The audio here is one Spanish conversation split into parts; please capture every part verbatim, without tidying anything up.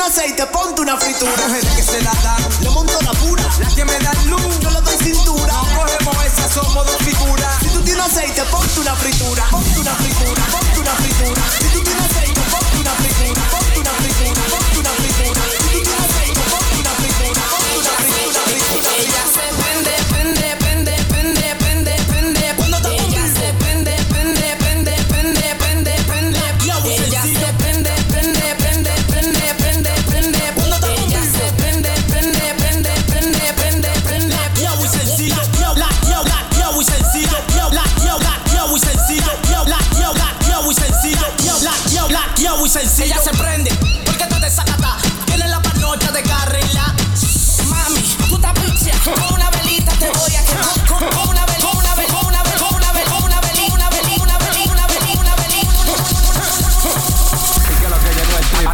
aceite, ponte una fritura. Mujeres que se la dan, le monto la pura. las que me dan luz, yo le doy cintura. No cogemos esas, somos dos figuras. Si tú tienes aceite, ponte una fritura. Ponte una fritura, ponte una fritura. Si tú tienes aceite, ponte una fritura. Ponte una fritura, ponte una fritura. Si tú tienes aceite, ponte una fritura. Ponte una fritura, fritura. Ella se prende, prende, prende, prende, prende, prende. Cuando te Ella se prende, prende, prende, prende, prende, prende. Ella se prende, prende, prende, prende, prende, prende. Ella se prende, prende, prende, prende, prende, prende. Yo muy sencillo, yo la, yo la, yo muy sencillo, yo la, yo la, yo muy sencillo, yo la, yo la, yo muy sencillo, yo la, yo la, yo muy sencillo. Ella se prende porque está desacata. Tiene la panocha de carrila. Mami, tú estás pichia. Con una velita te voy a quemar. Con con una velita, con una velita, con una velita, con una velita, con una velita, una velita, una velita, una velita, una velita. Y que lo que llegó el trip.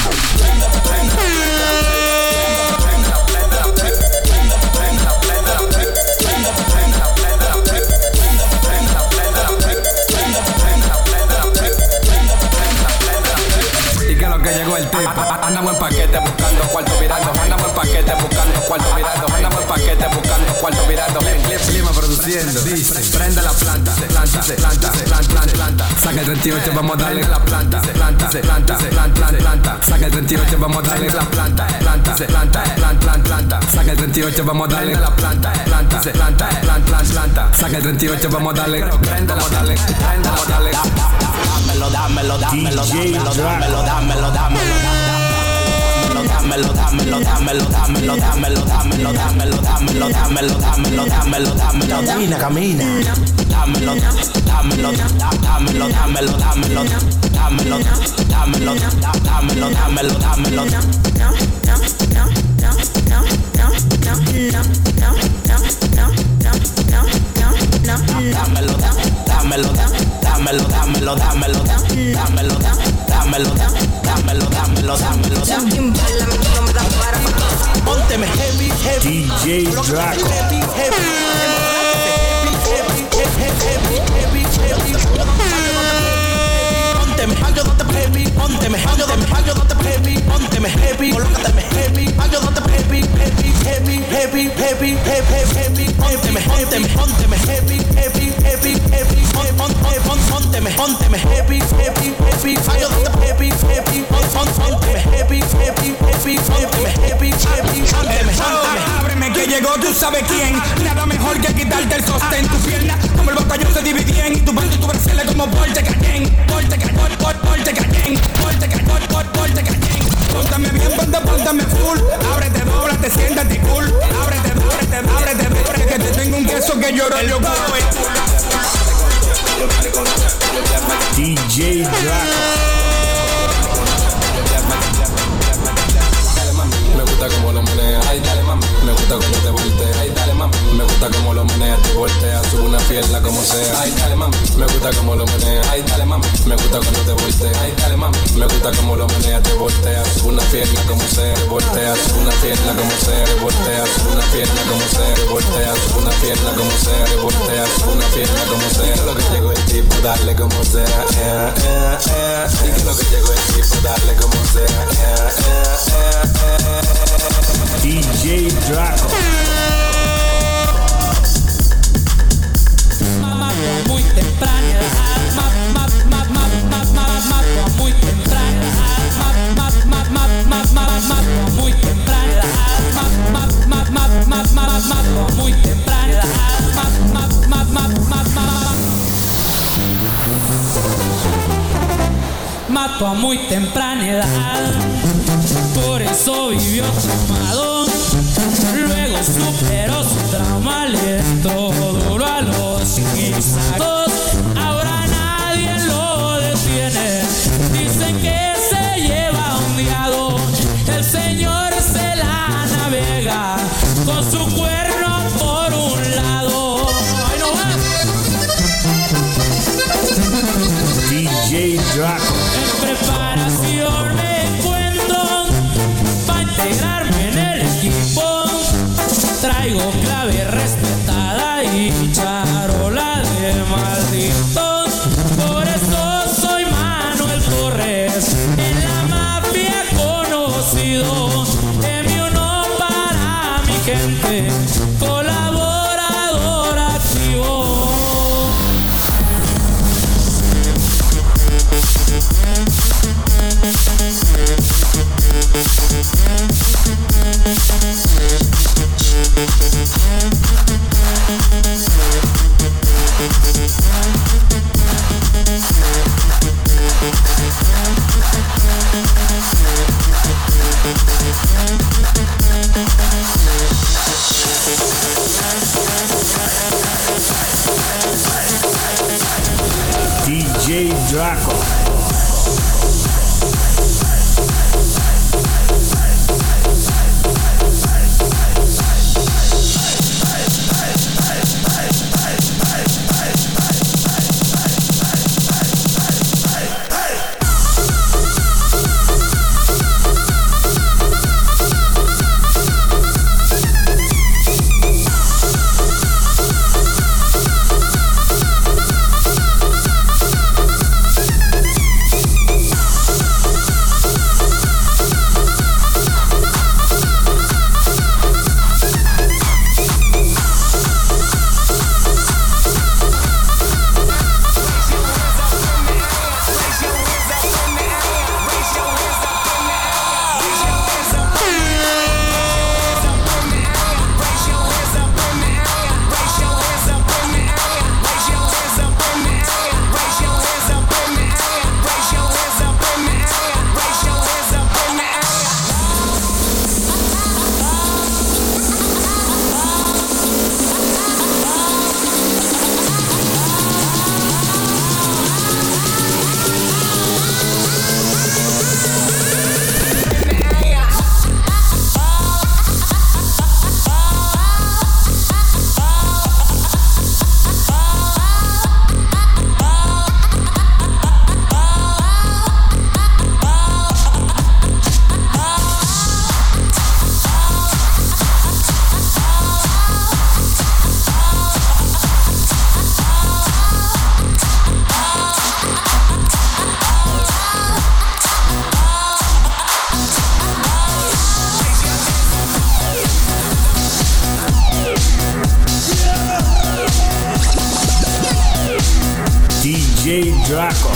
Y que lo que llegó el tip. Andamos en paquete buscando cuarto virando. Andamos en paquete buscando cuarto virando. Andamos en paquete buscando cuarto virando. Clima produciendo. Dice, prende la planta, planta, planta, planta, planta, planta. Saca el treinta y ocho, vamos a darle la planta, planta, planta, planta, planta. Saca el treinta y ocho, vamos a darle la planta, planta, planta, planta, planta. Saca el treinta y ocho, vamos a darle la planta, planta, planta, planta, planta. Saca el treinta y ocho, vamos a darle, prende la dale, prende la dale. Dámelo, dámelo, dámelo, dámelo, dámelo, dámelo, dámelo, dámelo, dámelo, dámelo, dámelo, dámelo, dámelo, dámelo, dámelo, dámelo, dámelo, dámelo, dámelo, Camina, camina. dámelo, dámelo, dámelo, dámelo, dámelo, dámelo, dámelo, dámelo, dámelo, dámelo. Dámelo, dámelo, dámelo, dámelo, dámelo, dámelo, dámelo, dámelo, dámelo, dámelo. Pónteme heavy, heavy. D J Draco. Heavy, heavy. Heavy, heavy, heavy, heavy, heavy. Pónteme, ayúdate heavy, pónteme, ayúdame, ayúdate heavy, pónteme heavy, colócateme heavy, ayúdate heavy, heavy, heavy, heavy, heavy, heavy, heavy, pónteme, pónteme, pónteme heavy, heavy, heavy, heavy, pónteme, pónteme heavy, heavy, heavy, ayúdate heavy, heavy, pónteme heavy, heavy, heavy, pónteme heavy, heavy, pónteme, pónteme. Ábreme que llegó, tú sabes quién. Nada mejor que quitarte el sostén. Tu pierna como el batallón se dividían. Y tu parte y tu bracelet como Volte Cañén. Volte Cañén, Volte Cañén, Volte Cañén, Volte Cañén. Póntame bien, ponte, póntame full. Ábrete, dóblate, siéntate cool. Ábrete, ábrete, ábrete, ábrete, que te tengo un queso que lloro yo culo. D J Draco. Me gusta como lo meneas, ay dale mami. Me gusta como te volteas, ay dale mami. Me gusta como lo meneas, te volteas, sube una pierna como sea, ay dale mami. Me gusta como lo meneas, ay dale mami. Me gusta cuando te volteas, ay dale mami. Me gusta como lo meneas, te volteas, sube una pierna como sea, te volteas, sube una pierna como sea, te volteas, sube una pierna como sea, te volteas, sube una pierna como sea, te volteas, sube una pierna como sea. Lo que llegó el tipo, darle como sea, eh, eh, eh. Y que lo que llegó el tipo, darle como sea, eh, eh, eh, eh. D J Draco. Muy temprana edad, muy temprana edad, muy temprana edad, muy temprana edad. Mato a muy temprana edad, por eso vivió traumado. Luego superó su trauma, le entró duro a los guisados. Ahora nadie lo detiene, dicen que se lleva ondeado. El señor se la navega con su cuerno por un lado. ¡Ay, no va! D J Draco. En preparación me encuentro para integrarme en el equipo. Traigo clave respetada y charola de malditos. Por eso soy Manuel Torres, en la mafia conocido. D J Draco. D J Draco.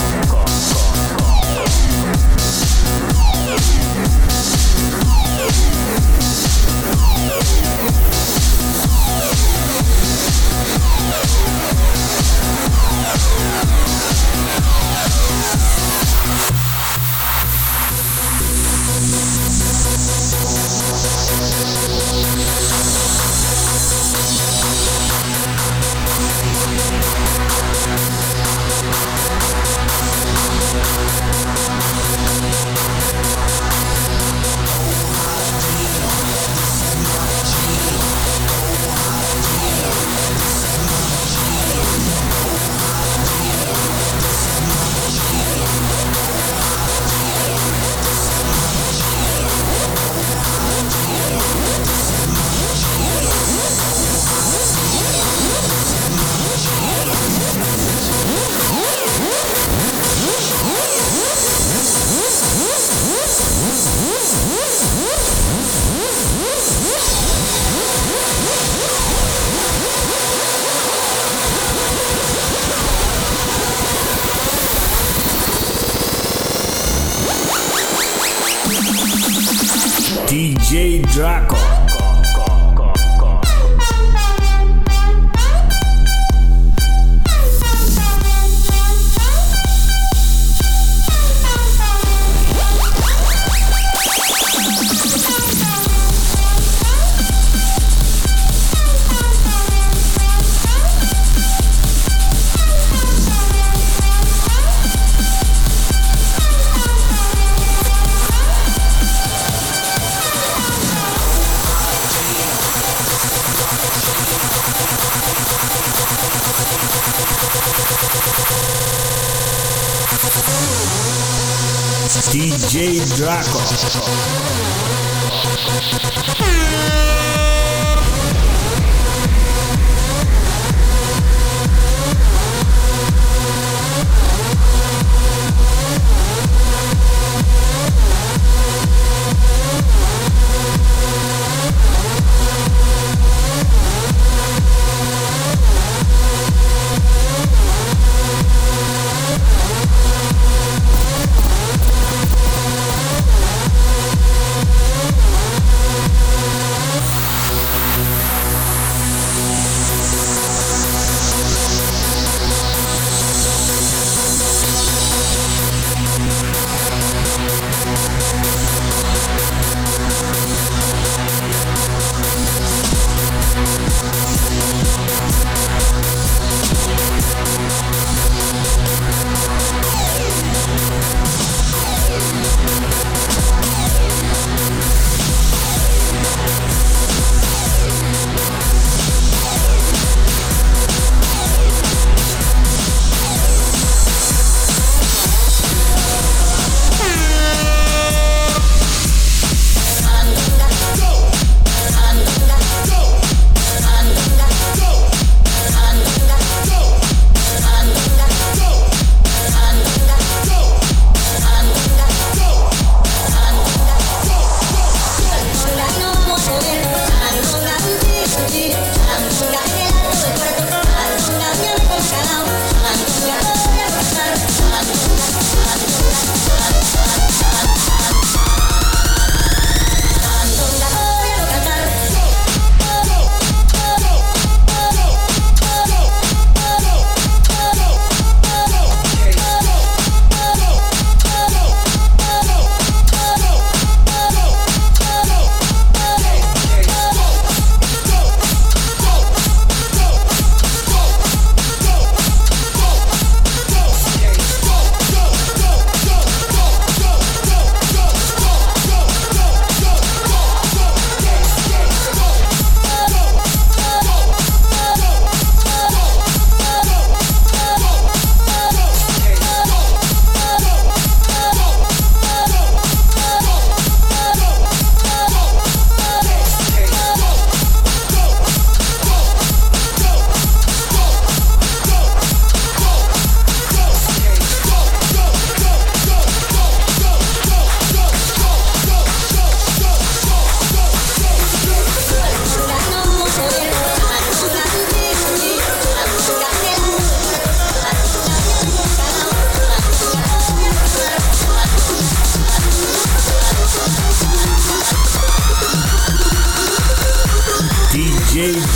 D J Draco. D J Draco.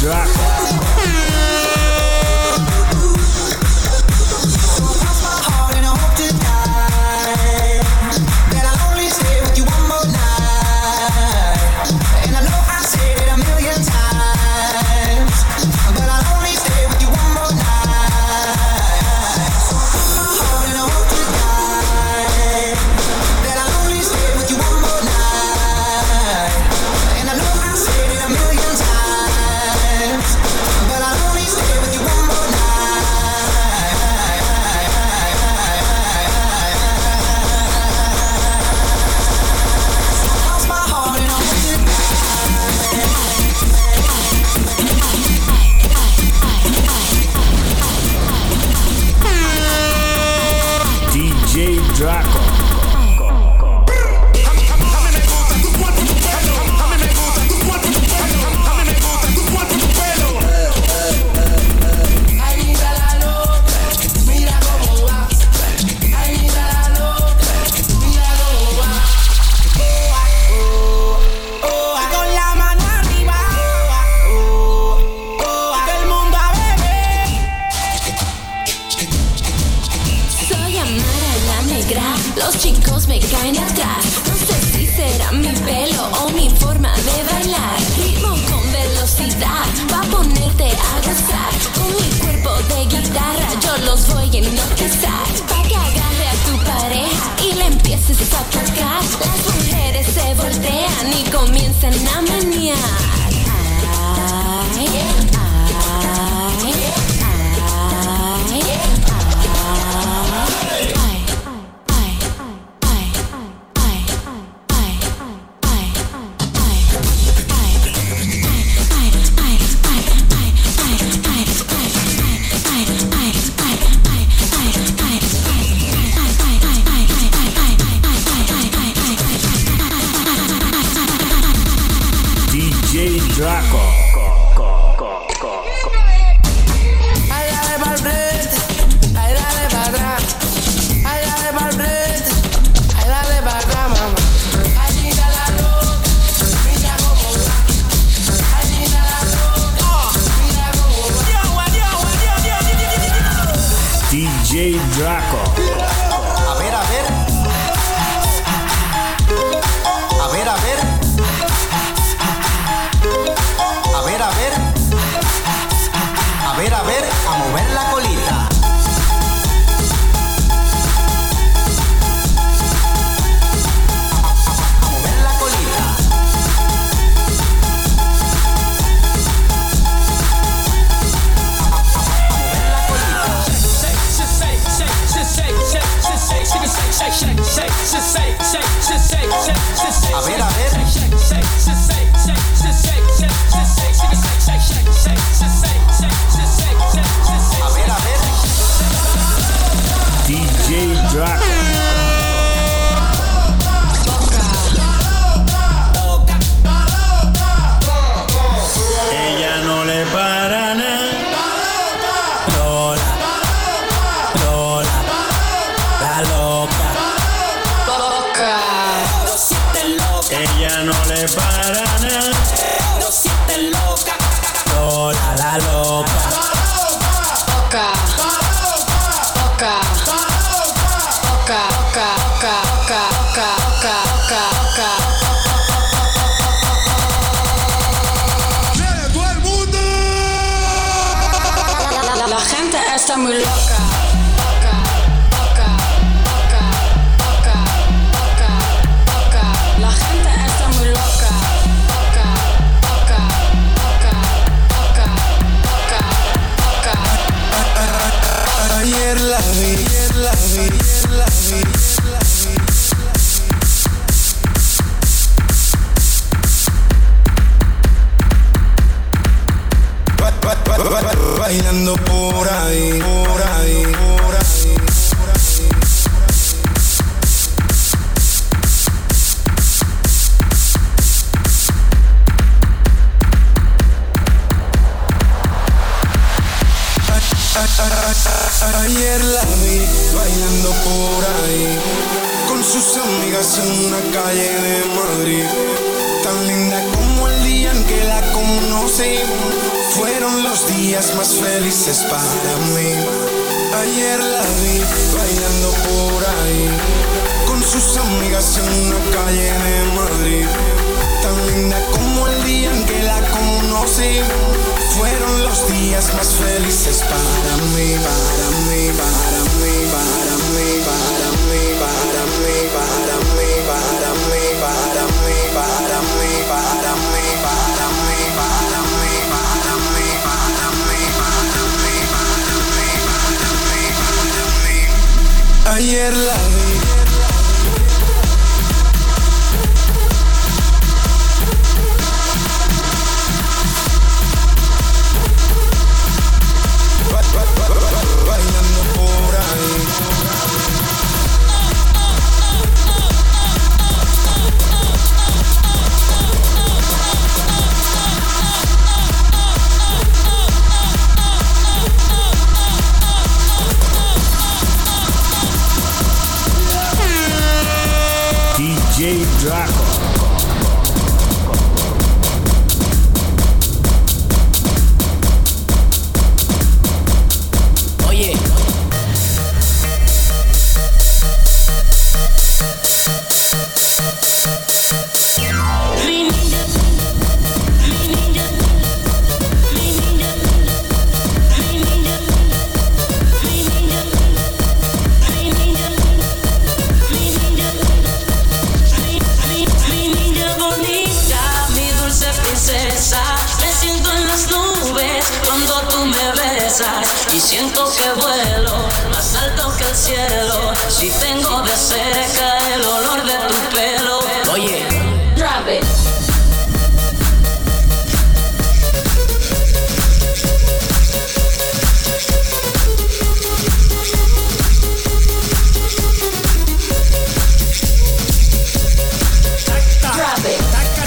Draco. Los chicos me caen atrás. No sé si será mi pelo o mi forma de bailar. Ritmo con velocidad va a ponerte a gozar. Con mi cuerpo de guitarra yo los voy a hipnotizar. Pa' que agarre a tu pareja y le empieces a tocar. Las mujeres se voltean y comienzan a menear. Ay, ay, ay, ay, ay. D J Draco. Ay, dale pa'l frente, ay, dale pa' atrás. Ay, dale pa'l frente, ay, dale pa' atrás, mamá. Ay, mira la loca, mira cómo va. Ay, mira la loca, mira cómo va. D J Draco. A ver, a ver. A ver, a ver. A ver, a ver. A ver, a ver, a mover la colita. A mover la colita. A mover la colita. A ver, a ver. A ver, a ver. D J Draco. Ella no le para nada. Lola, Lola, la loca. Loca. Ella no le para nada. Lola, la loca. Loca. Loca. Loca, loca, loca, loca, loca, loca, loca. La, la gente está muy loca. Loca, loca, loca, loca, loca, loca. La gente está muy loca. Loca, loca, loca, loca, loca, loca. Ayer la vi, ayer la vi, ayer la vi, ayer la vi. Ba- ba- ba- ba- Bailando por ahí, por ahí, por ahí, por ahí. A- a- a- a- Ayer la vi bailando por ahí con sus amigas en una calle de Madrid. Tan linda como el día en que la conocí. Fue fueron los días más felices para mí. Ayer la vi bailando por ahí con sus amigas en una calle de Madrid. Tan linda como el día en que la conocí. Fueron los días más felices para mí, para mí, para mí, para mí, para mí, para mí, para mí, para mí, para mí, para mí, para mí, para mí, para mí, para mí, para mí, para mí, para mí, para mí. Ayer la vi. Bailando por ahí. D J Draco. Oye, y siento que vuelo más alto que el cielo. Si tengo de cerca el olor de tu pelo. oye, Drop it. Drop it.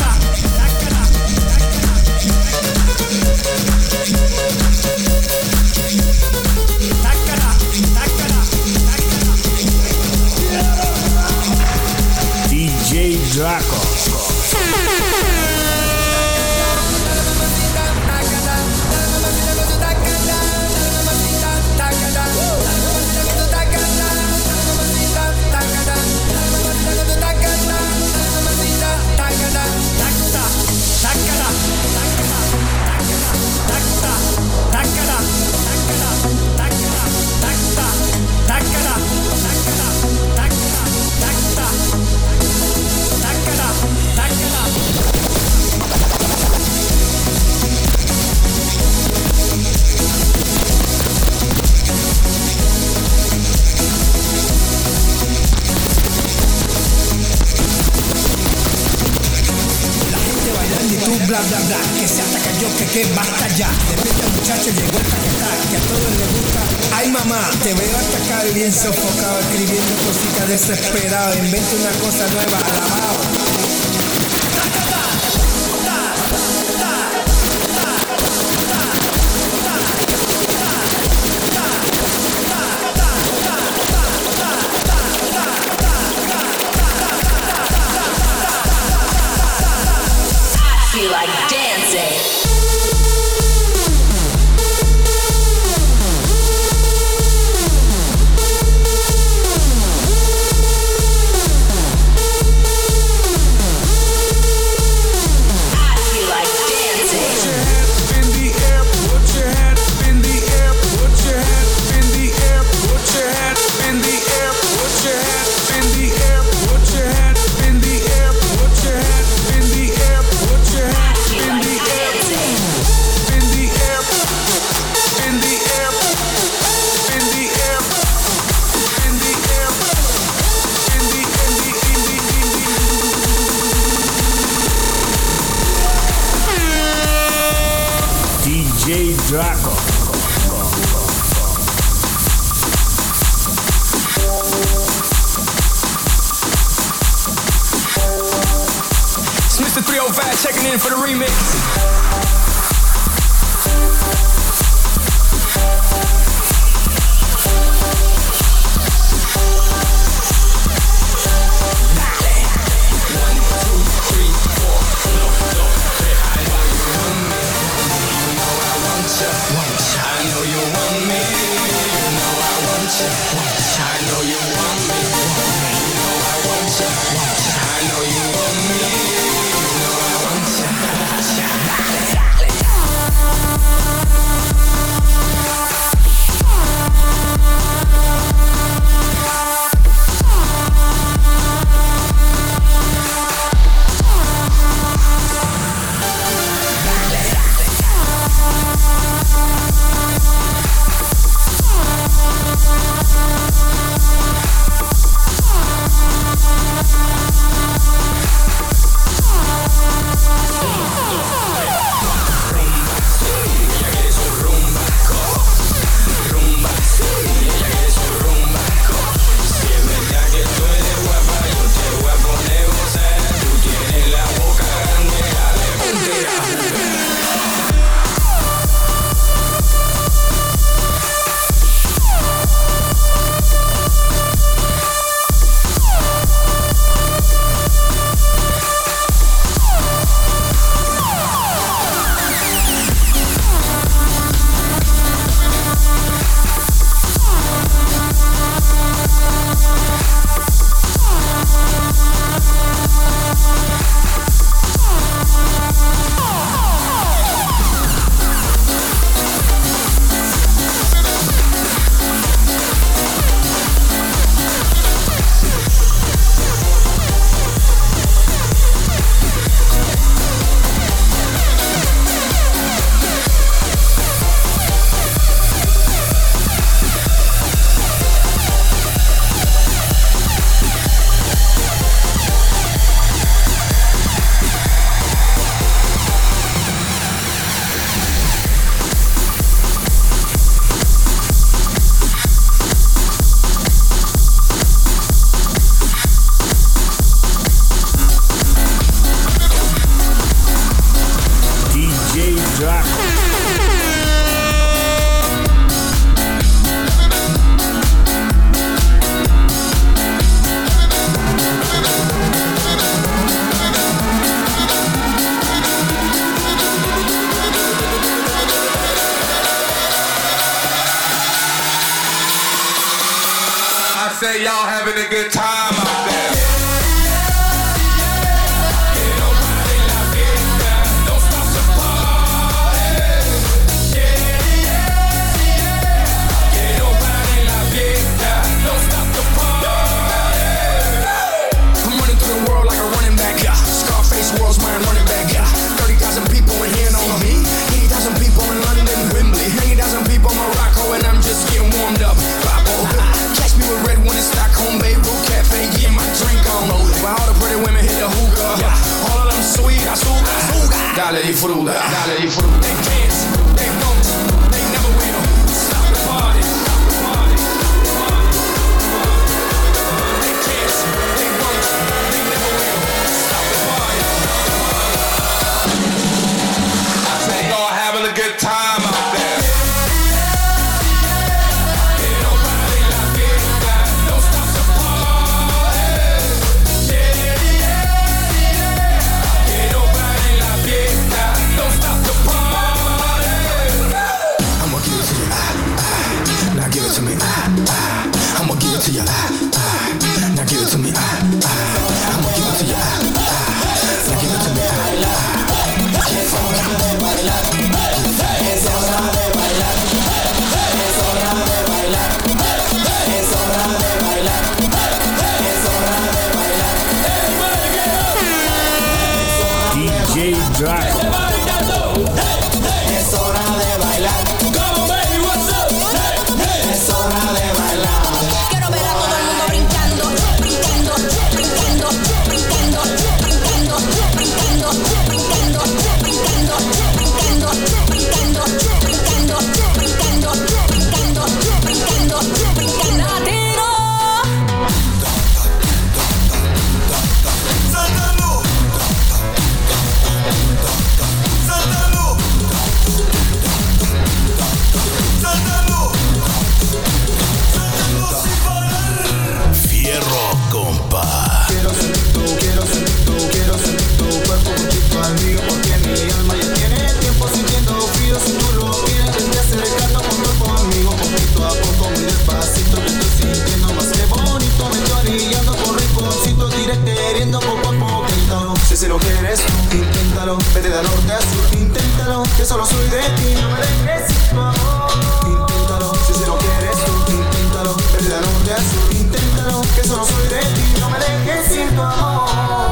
D J Draco. Bla bla bla, que se ataca yo, que que basta ya. Despierta muchacho, llegó el paquetá, que a todos les gusta. Ay mamá, te veo atacado y bien sofocado, escribiendo cositas desesperado. Inventa una cosa nueva, alabado. Feel like dancing. D J Draco. It's Mister three oh five checking in for the remix. y'all having a good time out there? World's mine running back, yeah. thirty thousand people in here know me. eighty thousand people in London, Wembley. eighty thousand people in Morocco, and I'm just getting warmed up. Papo, catch me with red one in Stockholm, Beirut Cafe, getting my drink on. While all the pretty women hit the hookah, yeah. All of them sweet, azúcar, azúcar. Dale disfruta, dale disfruta. They dance, they won't, they never will. Stop the party, stop the party, party, party. They dance, they won't, they never will. Stop the party. Y'all having a good time out there. Que no pare la fiesta, don't stop the party. Que no pare la fiesta, don't stop the party. I'ma give it to you, ah, ah. Now give it to me, ah, ah. I'ma give it to you, ah, ah. Now give it to me, ah, ah. I'ma give it to you, ah, ah. Now give it to me, ah, ah. Es hora de bailar, es hora de bailar, es hora de bailar, es hora de bailar, es hora de bailar. D J Draco. Es hora de bailar. Go baby, what's up? Es hora de bailar. Quiero ver a todo el mundo brincando, brincando, brincando, brincando, brincando, brincando, brincando, brincando, brincando, brincando, brincando, brincando, brincando, brincando, latino. Saltando, saltando, saltando, saltando sin parar. Fierro, compa. Quiero sentir tu, quiero sentir tu, quiero sentir tu cuerpo juntito al mío, porque mi alma ya tiene tiempo sintiendo frío. Si tú lo quieres, desde acercando con cuerpo amigo, poquito a poco, muy despacito, te estoy sintiendo más que bonito. Me estoy orillando por rinconcito, te iré queriendo poco a poco. Inténtalo, si se lo quieres tú, inténtalo, vete de norte a sur, inténtalo, que solo soy de ti, no me dejes sin tu amor. Inténtalo, si se lo quieres tú, inténtalo, vete de norte a sur, inténtalo, que solo soy de ti, no me dejes sin tu amor.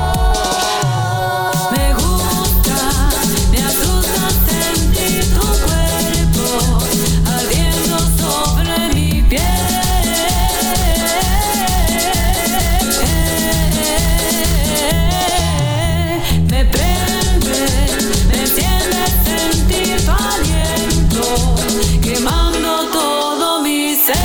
Me gusta, me asusta sentir tu cuerpo ardiendo sobre mi piel. Me prende, me enciende sentir tu aliento, quemando todo mi ser.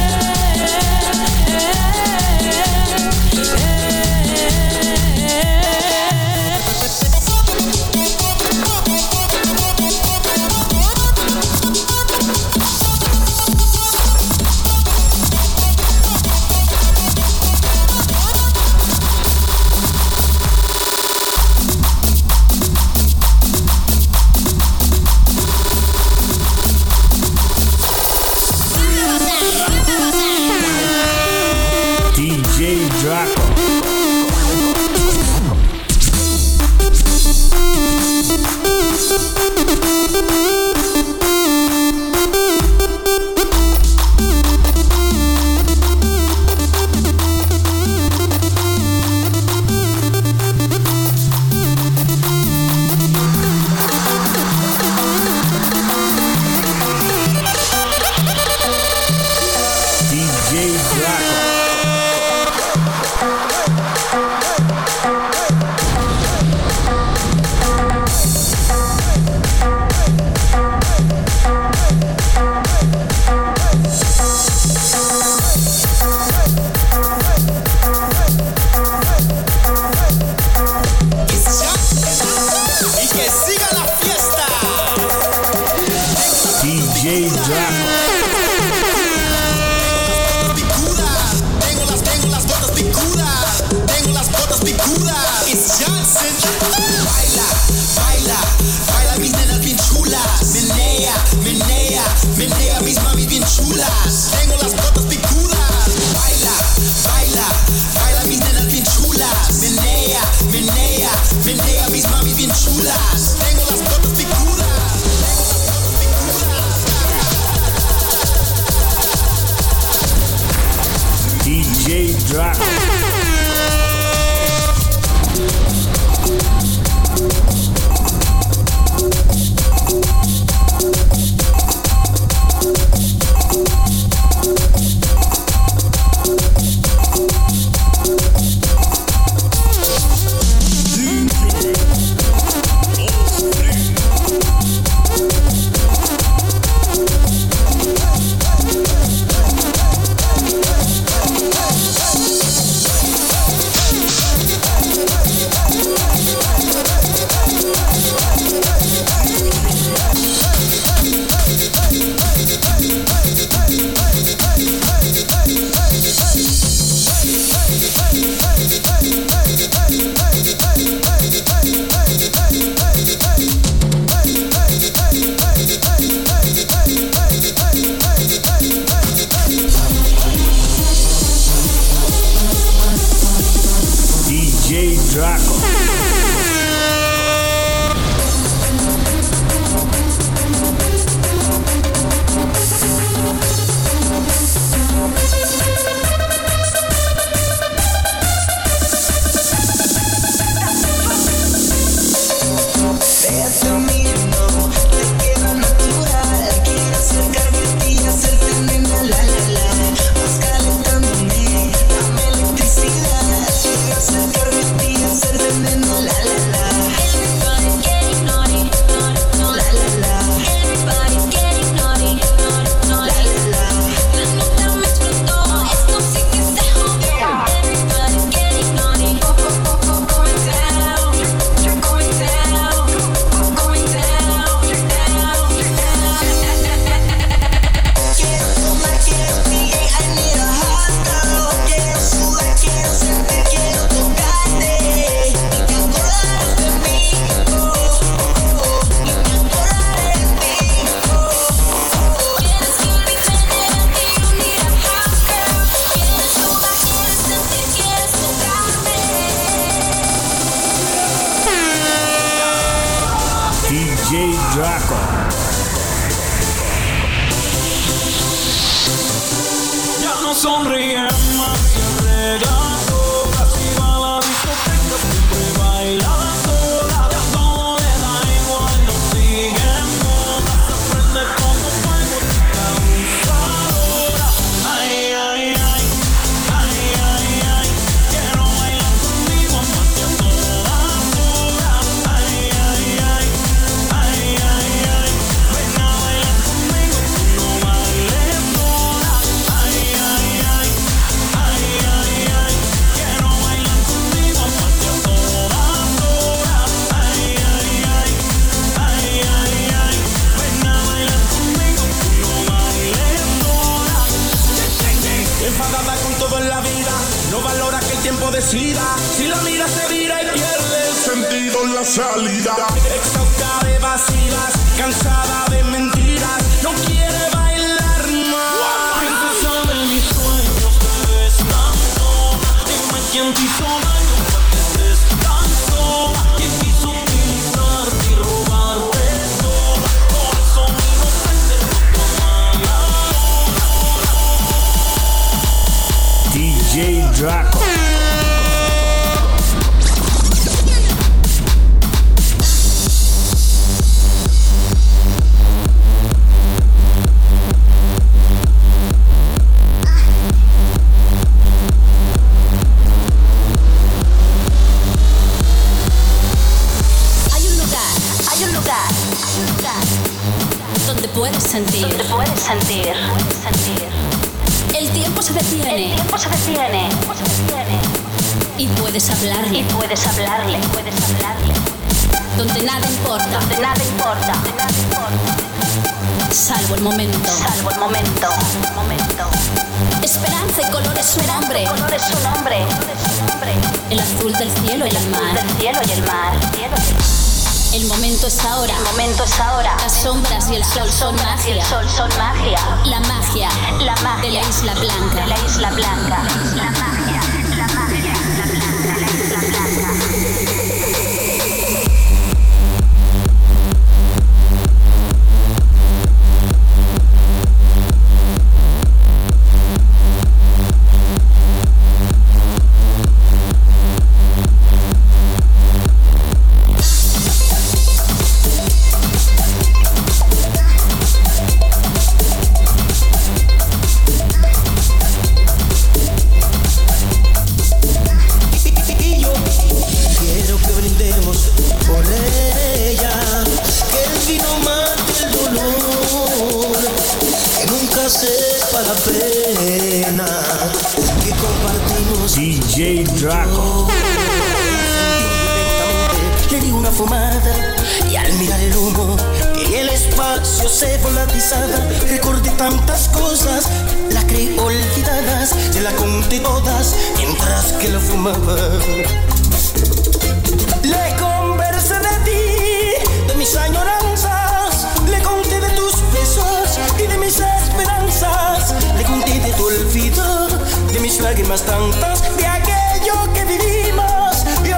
D J Draco. D J Draco. Y que siga la fiesta. D J Draco. Picudas, tengo las, tengo las botas picudas, tengo las botas picudas. It's Johnson. Baila, baila, baila mis nenas bien chulas. Menea, menea, menea mis mamis bien chulas. Tengo las botas picudas. Baila, baila, J Draco. D J Draco. Ya no sonríe más, se regaló, casi va a la discoteca, siempre baila sola, ya todo le da igual, no sigue en moda, se prende como fuego, chica abusadora. Ay, ay, ay, ay, ay, ay, quiero bailar conmigo, amarte a todas horas. Ay, ay, ay, ay, ay, ay, ven a bailar conmigo, tú no bailes sola. Ay, ay, ay, ay, ay, ay, quiero bailar conmigo, amarte a todas horas. Ay, ay, ay, ay, ay, ay, ven a bailar conmigo, tú no bailes sola. Enfadada con todo en la vida, no valora que el tiempo decida. Si la mira se vira y pierde el sentido en la salida. Exhausta de vacilas, cansada de mentiras, no quiere bailar más. Princesa de mis sueños, te ves tan sola. Dime quién te hizo daño para que estés tan sola. ¿Quién quiso utilizarte y robarte sola? Por eso mi inocente no toma la D J Draco. Hay un lugar, hay un lugar, hay un lugar donde puedes sentir, donde puedes sentir, sentir. El tiempo se detiene, el tiempo se detiene, se detiene. Y puedes hablarle, y puedes hablarle, puedes hablarle. Donde nada importa, donde nada importa, donde nada importa. Salvo el momento, salvo el momento, momento. Esperanza y color es su nombre, color es su nombre, el azul del cielo y el mar, del cielo y el mar. El momento es ahora, el momento es ahora. Las sombras y el sol son magia, el sol son magia. La magia, la magia de la Isla Blanca, de la Isla Blanca. La magia, la magia, la blanca, la Isla Blanca. D J Draco. Le di una fumada y al mirar el humo y el espacio se volatizaba. Recordé tantas cosas, las creí olvidadas, se las conté todas mientras que la fumaba. Le conversé de ti, de mis añoranzas, le conté de tus besos y de mis esperanzas, le conté de tu olvido, de mis lágrimas tantas, de aquello que vivimos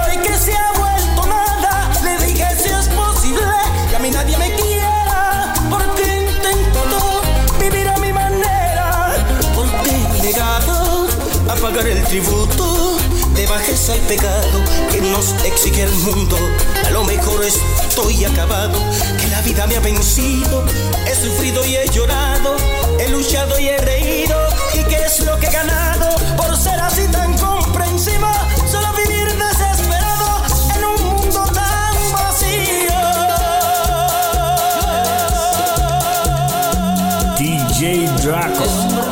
tributo de bajeza al pecado que nos exige el mundo. A lo mejor estoy acabado, que la vida me ha vencido. He sufrido y he llorado, he luchado y he reído. ¿Y qué es lo que he ganado por ser así tan comprensivo? Solo vivir desesperado en un mundo tan vacío. D J Draco.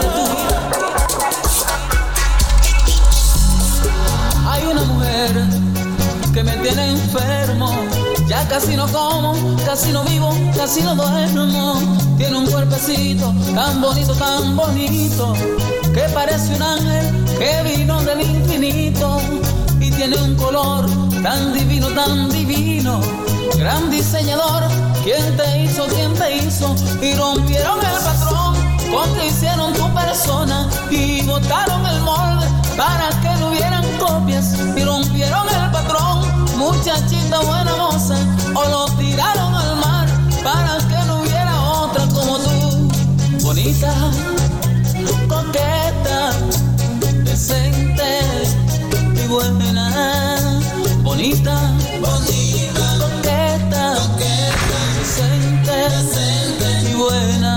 Hay una mujer que me tiene enfermo. Ya casi no como, casi no vivo, casi no duermo. Tiene un cuerpecito tan bonito, tan bonito, que parece un ángel que vino del infinito. Y tiene un color tan divino, tan divino. Gran diseñador, ¿quién te hizo, quién te hizo? Y rompieron el patrón con que hicieron tu persona. Y botaron el molde para que no hubieran copias. Y rompieron el patrón, muchachita buena moza, o lo tiraron al mar para que no hubiera otra como tú. Bonita, coqueta, decente y buena. Bonita, bonita, coqueta, coqueta, decente, decente y buena.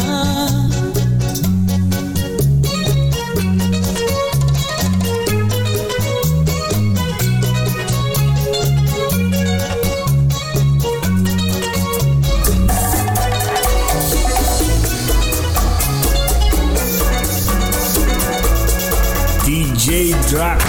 D J Draco.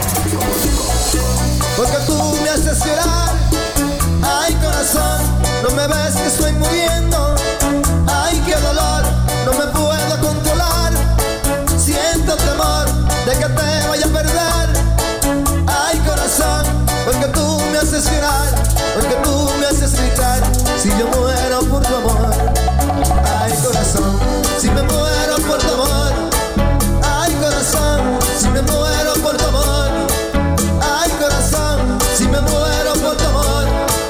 Porque tú me haces llorar. Ay, corazón, no me ves que estoy muriendo. Ay, qué dolor, no me puedo controlar. Siento temor de que te vaya a perder. Ay, corazón, porque tú me haces llorar, porque tú me haces gritar. Si yo muero por tu amor. Ay, corazón, si me muero por tu amor. Ay, corazón, si me muero por tu amor. Ay, corazón, si me muero por tu amor.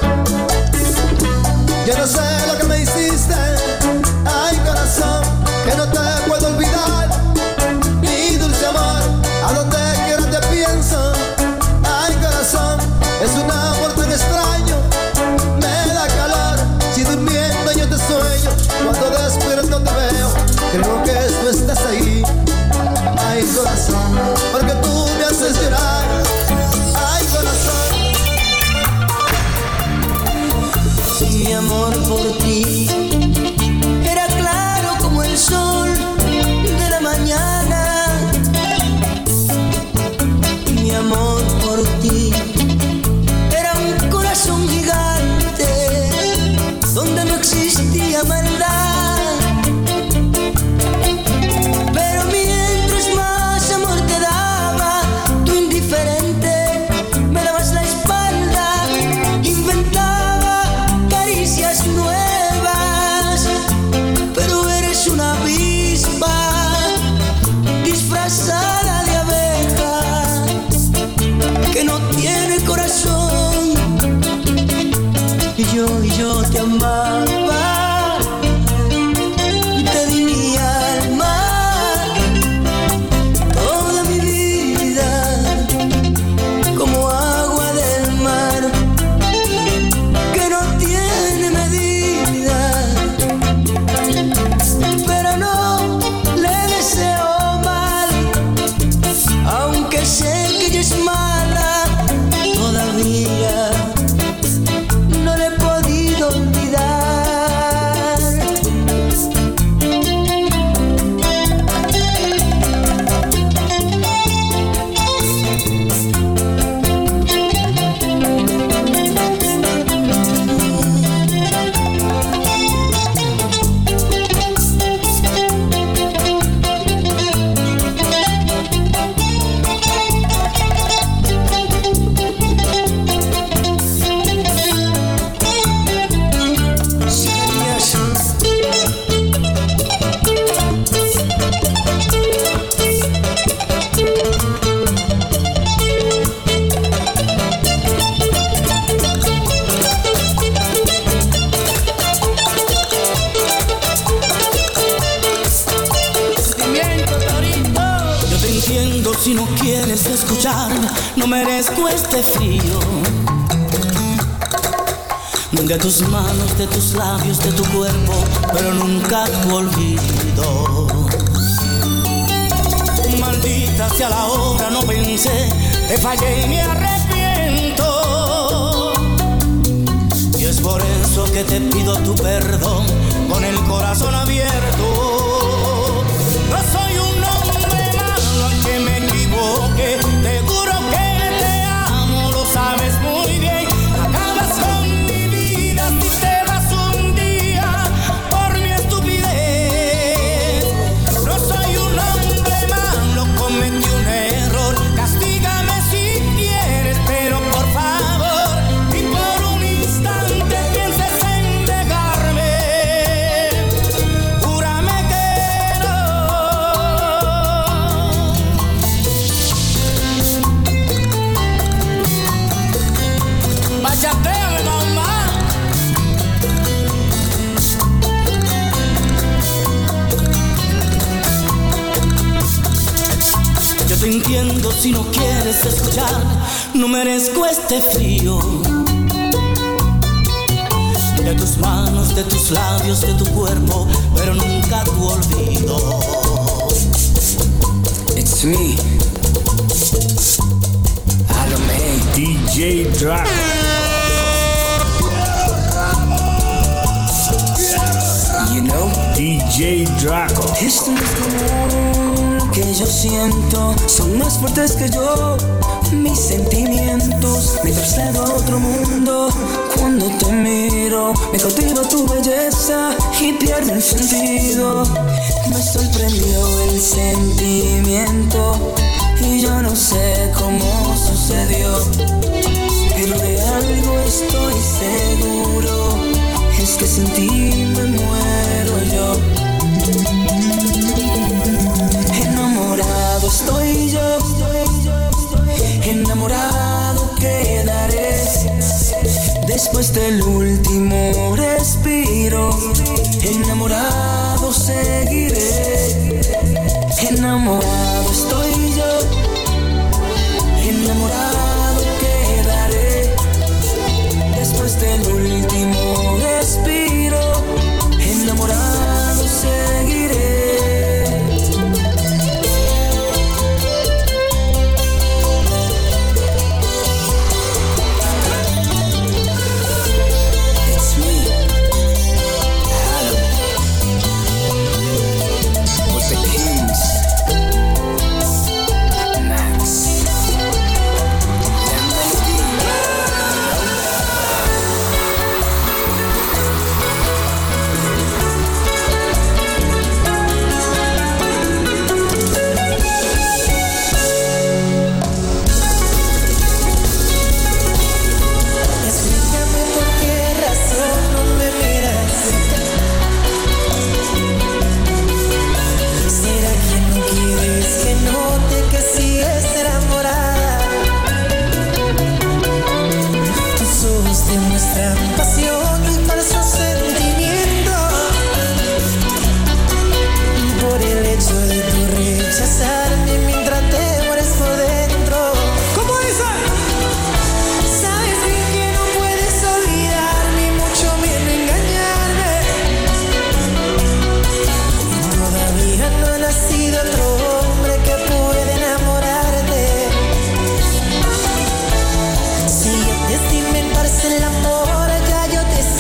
Yo no sé lo que me hiciste. Ay, corazón, que no te puedo olvidar. Mi dulce amor, a donde quiera te pienso. Ay, corazón, es un amor tan extraño. Me da calor, si durmiendo yo te sueño. Cuando despierto te veo, creo que tú estás ahí. Ay, corazón, porque tú me haces llorar. Ay, corazón. Mi amor por ti era claro como el sol de la mañana. Mi amor por ti era un corazón gigante donde no existía maldad. Pero mientras más amor te daba, tú indiferente me dabas la espalda. Inventaba caricias nuevas, pero eres una avispa disfrazada de abeja que no tiene corazón. Y yo, y yo te amaba, te di mi alma, toda mi vida, como agua del mar que no tiene medida. Pero no le deseo mal, aunque sé que ella es mala. Todavía no le he podido olvidar. merezco este frío de tus manos, de tus labios, de tu cuerpo, pero nunca tu olvido. Maldita sea la hora, no pensé, te fallé y me arrepiento. Y es por eso que te pido tu perdón con el corazón abierto. No soy un hombre malo, aunque me equivoque, te juro que te amo, lo sabes muy bien. Acabas con mi vida si te vas un día por mi estupidez. No soy un hombre malo, cometí un error, castígame si quieres, pero por favor, y por un instante pienses en dejarme. Júrame que no. Bachateame, mamá. Yo te entiendo si no quieres escuchar, no merezco este frío de tus manos, de tus labios, de tu cuerpo, pero nunca tu olvido. It's me, Alomé, D J Draco. you know. D J Draco. Esto no es como que yo siento, son más fuertes que yo. Mis sentimientos me traslado a otro mundo. Cuando te miro, me cautiva tu belleza y pierde el sentido. Me sorprendió el sentimiento y yo no sé cómo sucedió, pero de algo estoy seguro, es que sin ti me muero yo. Enamorado estoy yo, enamorado quedaré después del último respiro. Enamorado seguiré, enamorado estoy yo, enamorado quedaré después del último respiro. Enamorado seguiré. Si antes de inventarse el amor ya yo te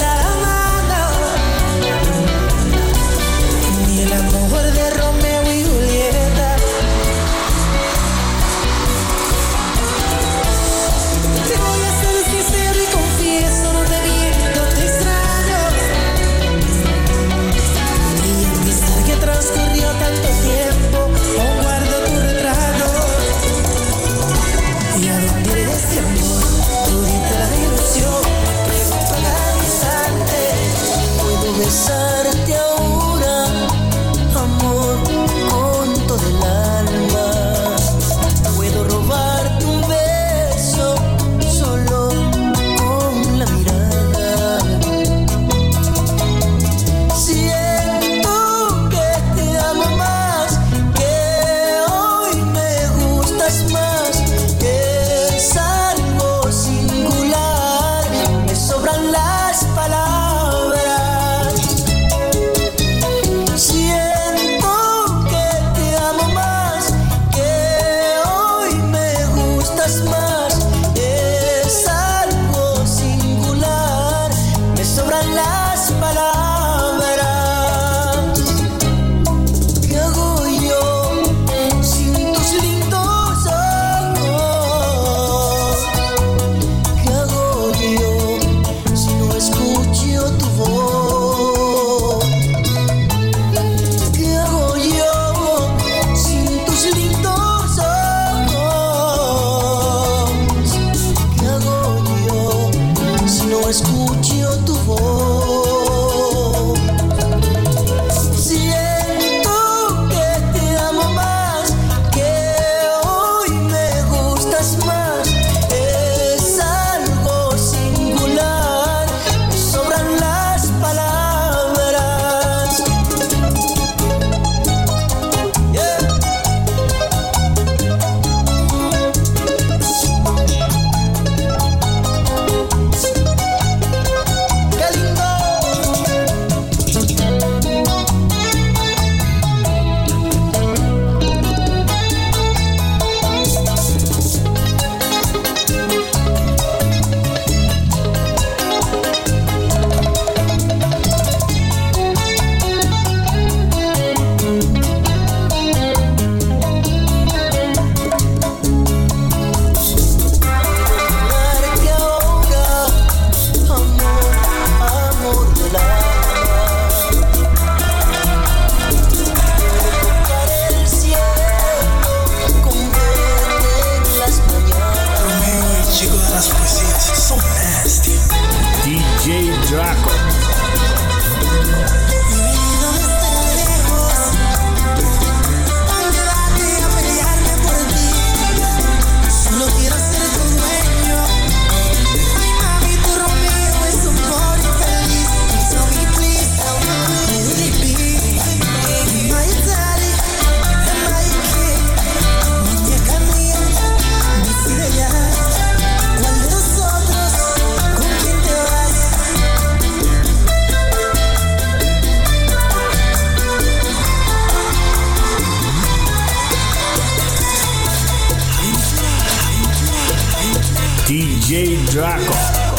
D J Draco.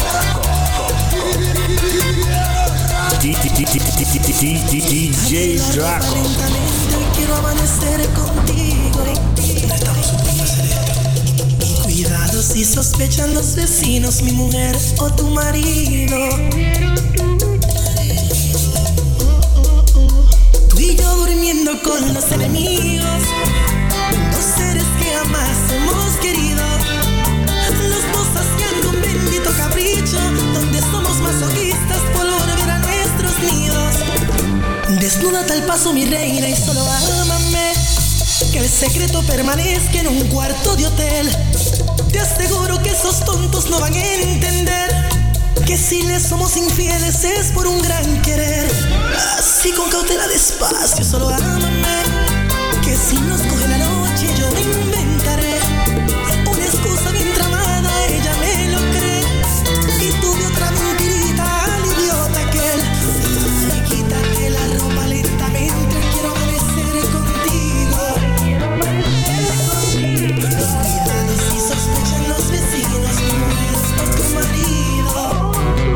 D J Draco. Quiero amanecer contigo. No estamos supuestos a hacer esto. Y cuidado si sospechan los vecinos, mi mujer o tu marido. Tú y yo durmiendo con los enemigos, dos seres que jamás hemos querido. Los dos haciendo un bendito capricho, donde somos masoquistas por volver a nuestros nidos. Desnúdate al paso, mi reina, y solo ámame. Que el secreto permanezca en un cuarto de hotel. Te aseguro que esos tontos no van a entender que si les somos infieles es por un gran querer. Así con cautela, despacio, solo ámame. Que si nos coge la noche yo me inventaré una excusa bien tramada, ella me lo cree. Y tuve otra mentirita al idiota aquel. Y quítate la ropa lentamente, quiero amanecer contigo. Cuidado si sospechan los vecinos, mi mujer o tu marido.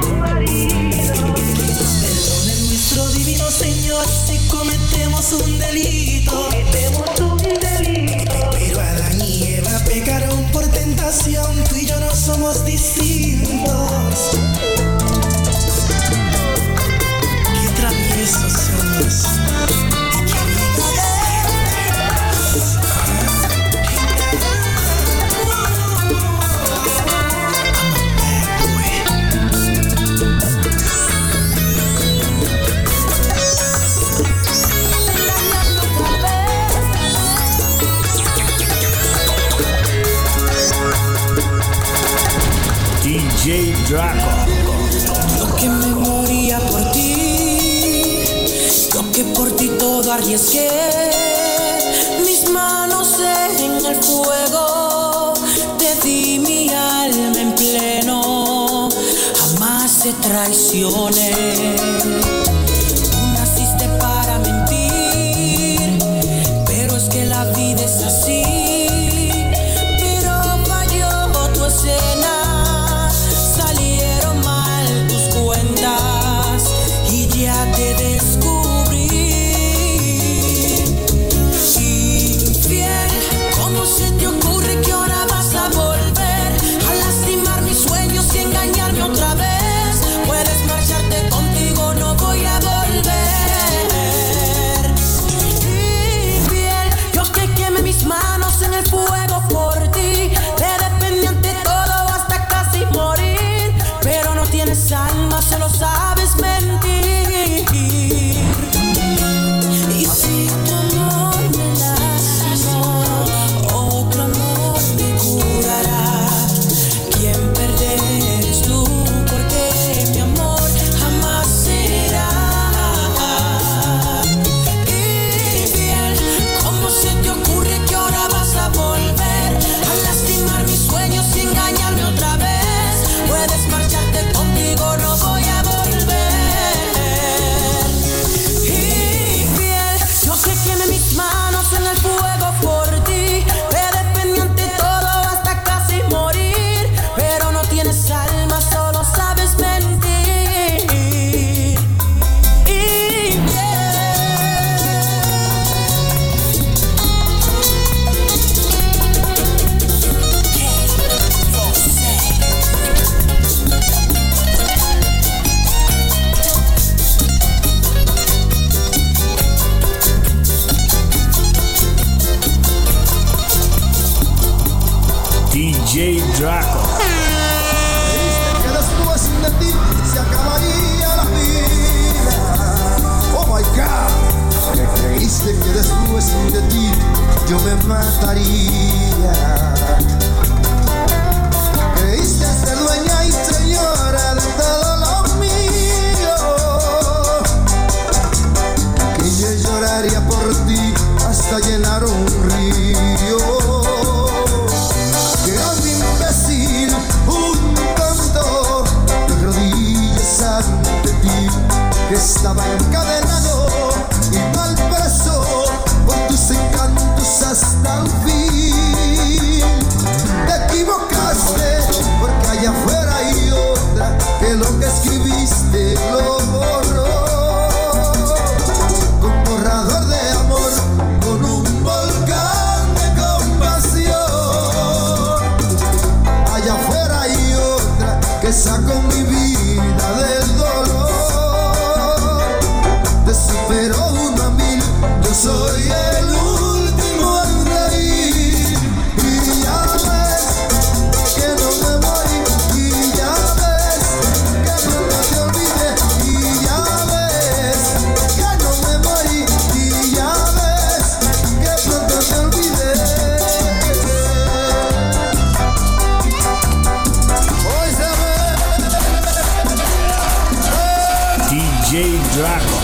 Perdone nuestro divino Señor si cometemos un delito. Pero Adán y Eva pecaron por tentación, tú y yo no somos distintos. Qué traviesos somos. Y qué bien D J Draco. Yo que me moría por ti, yo que por ti todo arriesgué, mis manos en el fuego, te di mi alma en pleno, jamás te traicioné. Tú naciste para mentir, pero es que la vida es así. Pero falló tu escena, y ya te descubrí. Infiel, ¿cómo se te ocurre que ahora vas a volver a lastimar mis sueños y engañarme otra vez? Puedes marcharte contigo, no voy a volver. Infiel, yo que quemé mis manos en el fuego por ti, te defendí ante todo hasta casi morir, pero no tienes alma, se lo sabes mentir. Y si tu amor me lastimó, otro amor me curará. Quien perder eres tú, porque mi amor jamás será. Infiel, ¿cómo se te ocurre que ahora vas a volver a lastimar mis sueños y engañarme otra vez? Puedes marcharte conmigo, no voy a volver. Infiel, yo que quemé mis manos en el fuego por ti, te defendí ante todo hasta casi morir, pero no tienes alma, solo sabes mentir. Infiel. D J Draco. Creíste que después de ti se acabaría la vida. Oh my God. ¿Qué creíste que después de ti yo me mataría? Creíste ser dueña y señora de todo lo mío, que yo lloraría por ti hasta llenar un río. Qué hombre imbécil, que lo que escribiste lo borró con borrador de amor, con un volcán de compasión. Allá afuera hay otra que sacó mi vida del dolor. Te superó uno a mil, yo soy el último en reír. Y ya ves que no me voy, y ya ves que no te olvidé, y ya ves que no me voy, y ya ves que pronto te olvidé. Hoy se ve D J Draco.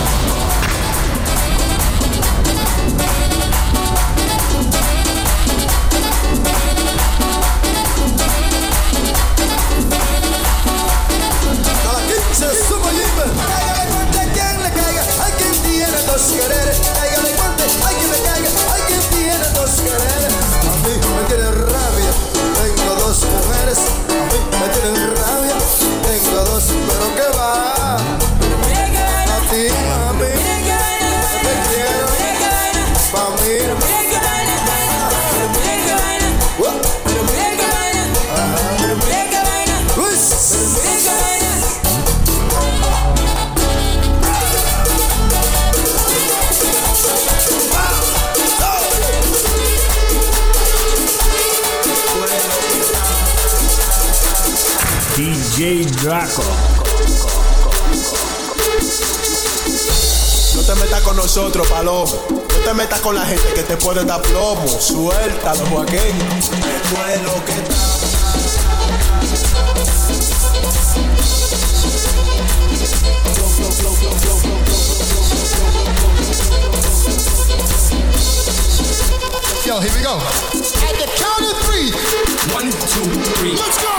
Se suma libre. Cáigale guante a quien le caiga, hay quien tiene dos quereres. Cáigale guante, hay quien le caiga, hay quien tiene dos quereres. A mí me tienen rabia, tengo dos mujeres. A mí me tienen rabia, tengo dos, pero qué va. A ti, mami, te quiero, pa' mí. D J Draco. No te metas con nosotros, palomo. No te metas con la gente que te puede dar plomo. Suéltalo, Joaquín. Esto es lo que está. Yo, here we go. At the count of three. One, two, three. Let's go.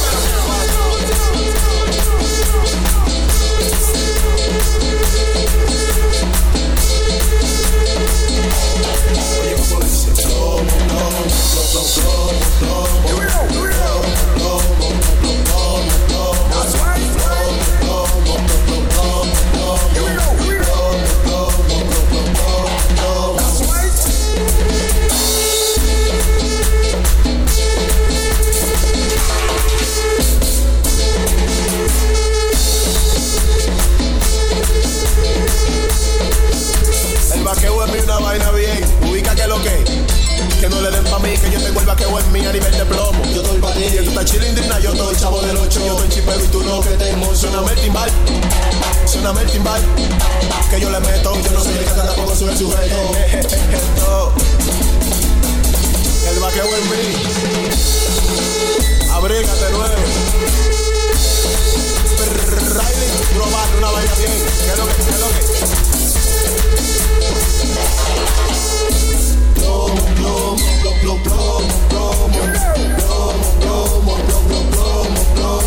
El vaqueo es mío, una vaina bien. Ubica que lo que que no le den pa' mí, que yo tengo el vaqueo en mí a nivel de plomo. Yo estoy pa' ti, y tú estás chile indigna, yo estoy chavo del ocho. Yo estoy chipero y tú no, que te emo. Suena el timbal, suena el timbal, que yo le meto. Yo no soy el que tampoco soy el sujeto. El vaqueo en mí, abrígate nuevo. Riley, global, una vaina bien. ¿Qué es lo que, qué es lo que? Plomo, plomo, plomo, plomo, plomo, plomo, plomo, plomo, plomo,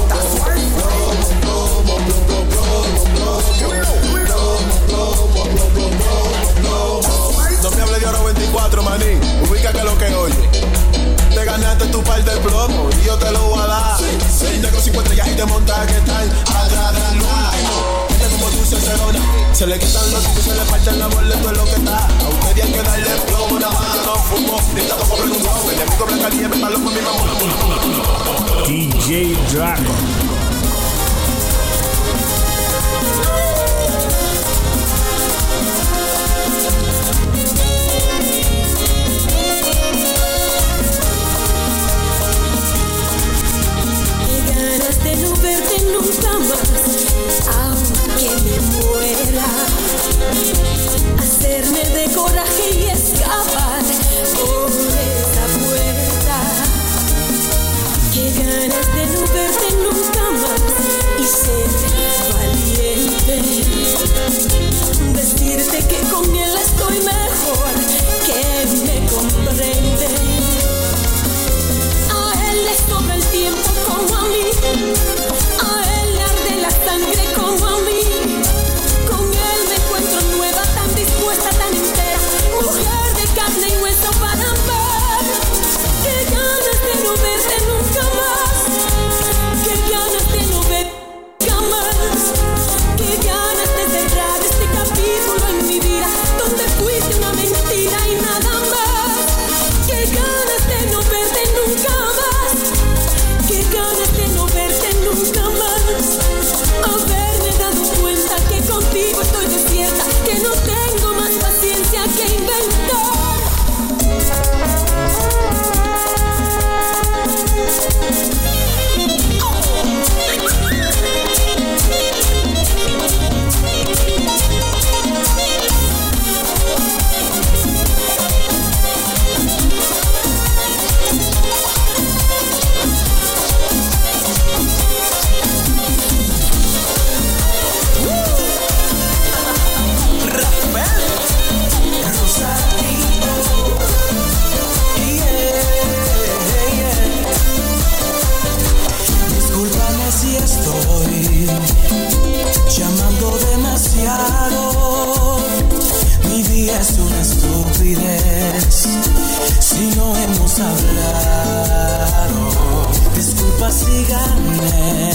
no me hable de oro veinticuatro, maní. Ubica que lo que oye. Te ganaste tu par de plomo y yo te lo voy a dar. Tengo cinco estrellas y te montas que están atrás del último. Este como tú se cerona. Se le quitan los hijos, se le faltan la bola, esto es lo que está. A usted hay que darle plomo, nada más yo no fumo. Ni tampoco preguntado, que le pico blanca nieve, palo con mi mamá. D J Draco. De no verte nunca más, aunque me muera, hacerme de coraje y escapar por esa puerta. Qué ganas de no verte nunca aquí estoy, llamando demasiado. Mi vida es una estupidez si no hemos hablado. Disculpa si gané